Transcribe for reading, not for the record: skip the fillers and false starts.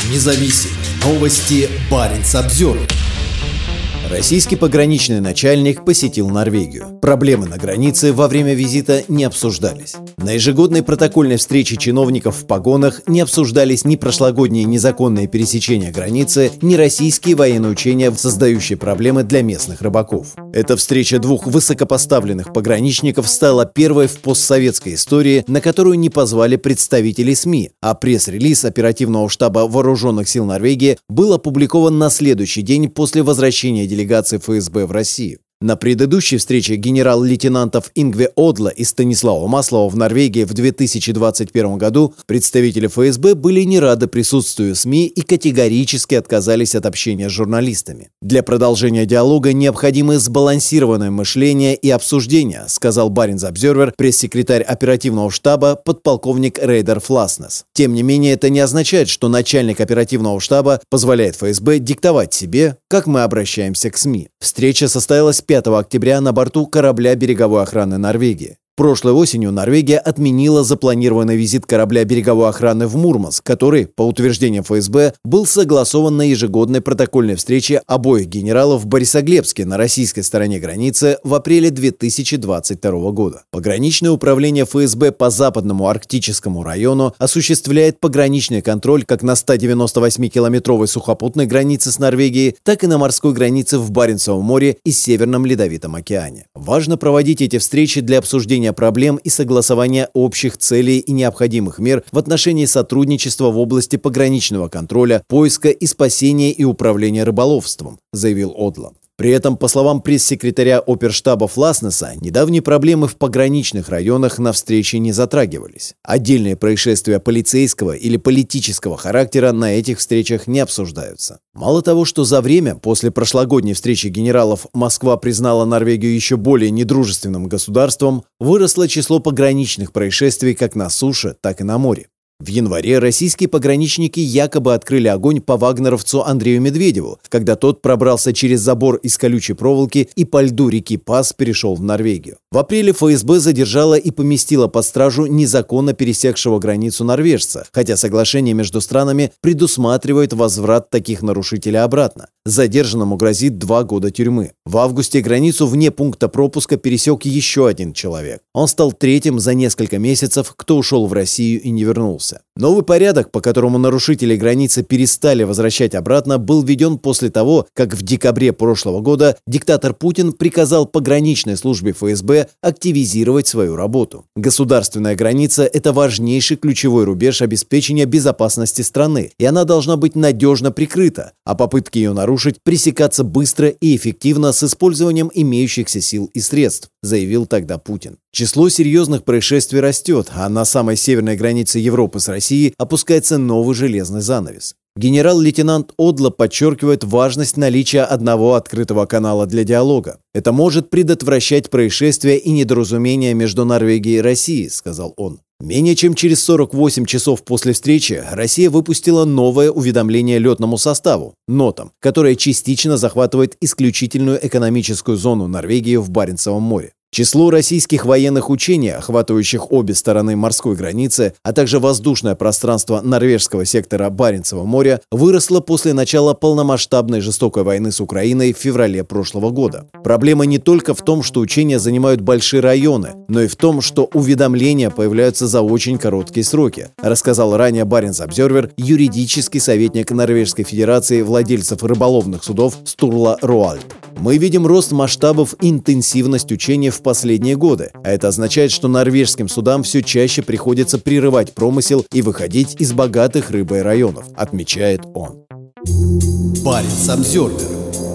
Независимые новости. Баренц-Обзервер. Российский пограничный начальник посетил Норвегию. Проблемы на границе во время визита не обсуждались. На ежегодной протокольной встрече чиновников в погонах не обсуждались ни прошлогодние незаконные пересечения границы, ни российские военные учения, создающие проблемы для местных рыбаков. Эта встреча двух высокопоставленных пограничников стала первой в постсоветской истории, на которую не позвали представителей СМИ, а пресс-релиз оперативного штаба Вооруженных сил Норвегии был опубликован на следующий день после возвращения делегации ФСБ в Россию. На предыдущей встрече генерал-лейтенантов Ингве Одла и Станислава Маслова в Норвегии в 2021 году представители ФСБ были не рады присутствию СМИ и категорически отказались от общения с журналистами. Для продолжения диалога необходимы сбалансированное мышление и обсуждение, сказал Баренц-Обзервер пресс-секретарь оперативного штаба подполковник Рейдер Фласнес. Тем не менее, это не означает, что начальник оперативного штаба позволяет ФСБ диктовать себе, как мы обращаемся к СМИ. Встреча состоялась 5 октября на борту корабля береговой охраны Норвегии. Прошлой осенью Норвегия отменила запланированный визит корабля береговой охраны в Мурманск, который, по утверждениям ФСБ, был согласован на ежегодной протокольной встрече обоих генералов в Борисоглебске на российской стороне границы в апреле 2022 года. Пограничное управление ФСБ по западному арктическому району осуществляет пограничный контроль как на 198-километровой сухопутной границе с Норвегией, так и на морской границе в Баренцевом море и Северном Ледовитом океане. Важно проводить эти встречи для обсуждения проблем и согласования общих целей и необходимых мер в отношении сотрудничества в области пограничного контроля, поиска и спасения и управления рыболовством, заявил Одла. При этом, по словам пресс-секретаря оперштаба Фласнеса, недавние проблемы в пограничных районах на встрече не затрагивались. Отдельные происшествия полицейского или политического характера на этих встречах не обсуждаются. Мало того, что за время после прошлогодней встречи генералов Москва признала Норвегию еще более недружественным государством, выросло число пограничных происшествий как на суше, так и на море. В январе российские пограничники якобы открыли огонь по вагнеровцу Андрею Медведеву, когда тот пробрался через забор из колючей проволоки и по льду реки Пас перешел в Норвегию. В апреле ФСБ задержала и поместила под стражу незаконно пересекшего границу норвежца, хотя соглашение между странами предусматривает возврат таких нарушителей обратно. Задержанному грозит 2 года тюрьмы. В августе границу вне пункта пропуска пересек еще один человек. Он стал третьим за несколько месяцев, кто ушел в Россию и не вернулся. Новый порядок, по которому нарушители границы перестали возвращать обратно, был введен после того, как в декабре прошлого года диктатор Путин приказал пограничной службе ФСБ активизировать свою работу. Государственная граница – это важнейший ключевой рубеж обеспечения безопасности страны, и она должна быть надежно прикрыта, а попытки ее нарушить пресекаться быстро и эффективно с использованием имеющихся сил и средств, заявил тогда Путин. Число серьезных происшествий растет, а на самой северной границе Европы с Россией опускается новый железный занавес. Генерал-лейтенант Одла подчеркивает важность наличия одного открытого канала для диалога. Это может предотвращать происшествия и недоразумения между Норвегией и Россией, сказал он. Менее чем через 48 часов после встречи Россия выпустила новое уведомление летному составу, НОТам, которое частично захватывает исключительную экономическую зону Норвегии в Баренцевом море. Число российских военных учений, охватывающих обе стороны морской границы, а также воздушное пространство норвежского сектора Баренцева моря, выросло после начала полномасштабной жестокой войны с Украиной в феврале прошлого года. Проблема не только в том, что учения занимают большие районы, но и в том, что уведомления появляются за очень короткие сроки, рассказал ранее Баренц-Обзервер юридический советник Норвежской Федерации владельцев рыболовных судов Стурла Роальд. Мы видим рост масштабов и интенсивность учений в последние годы, а это означает, что норвежским судам все чаще приходится прерывать промысел и выходить из богатых рыбой районов, отмечает он. Баренц-Обзервер.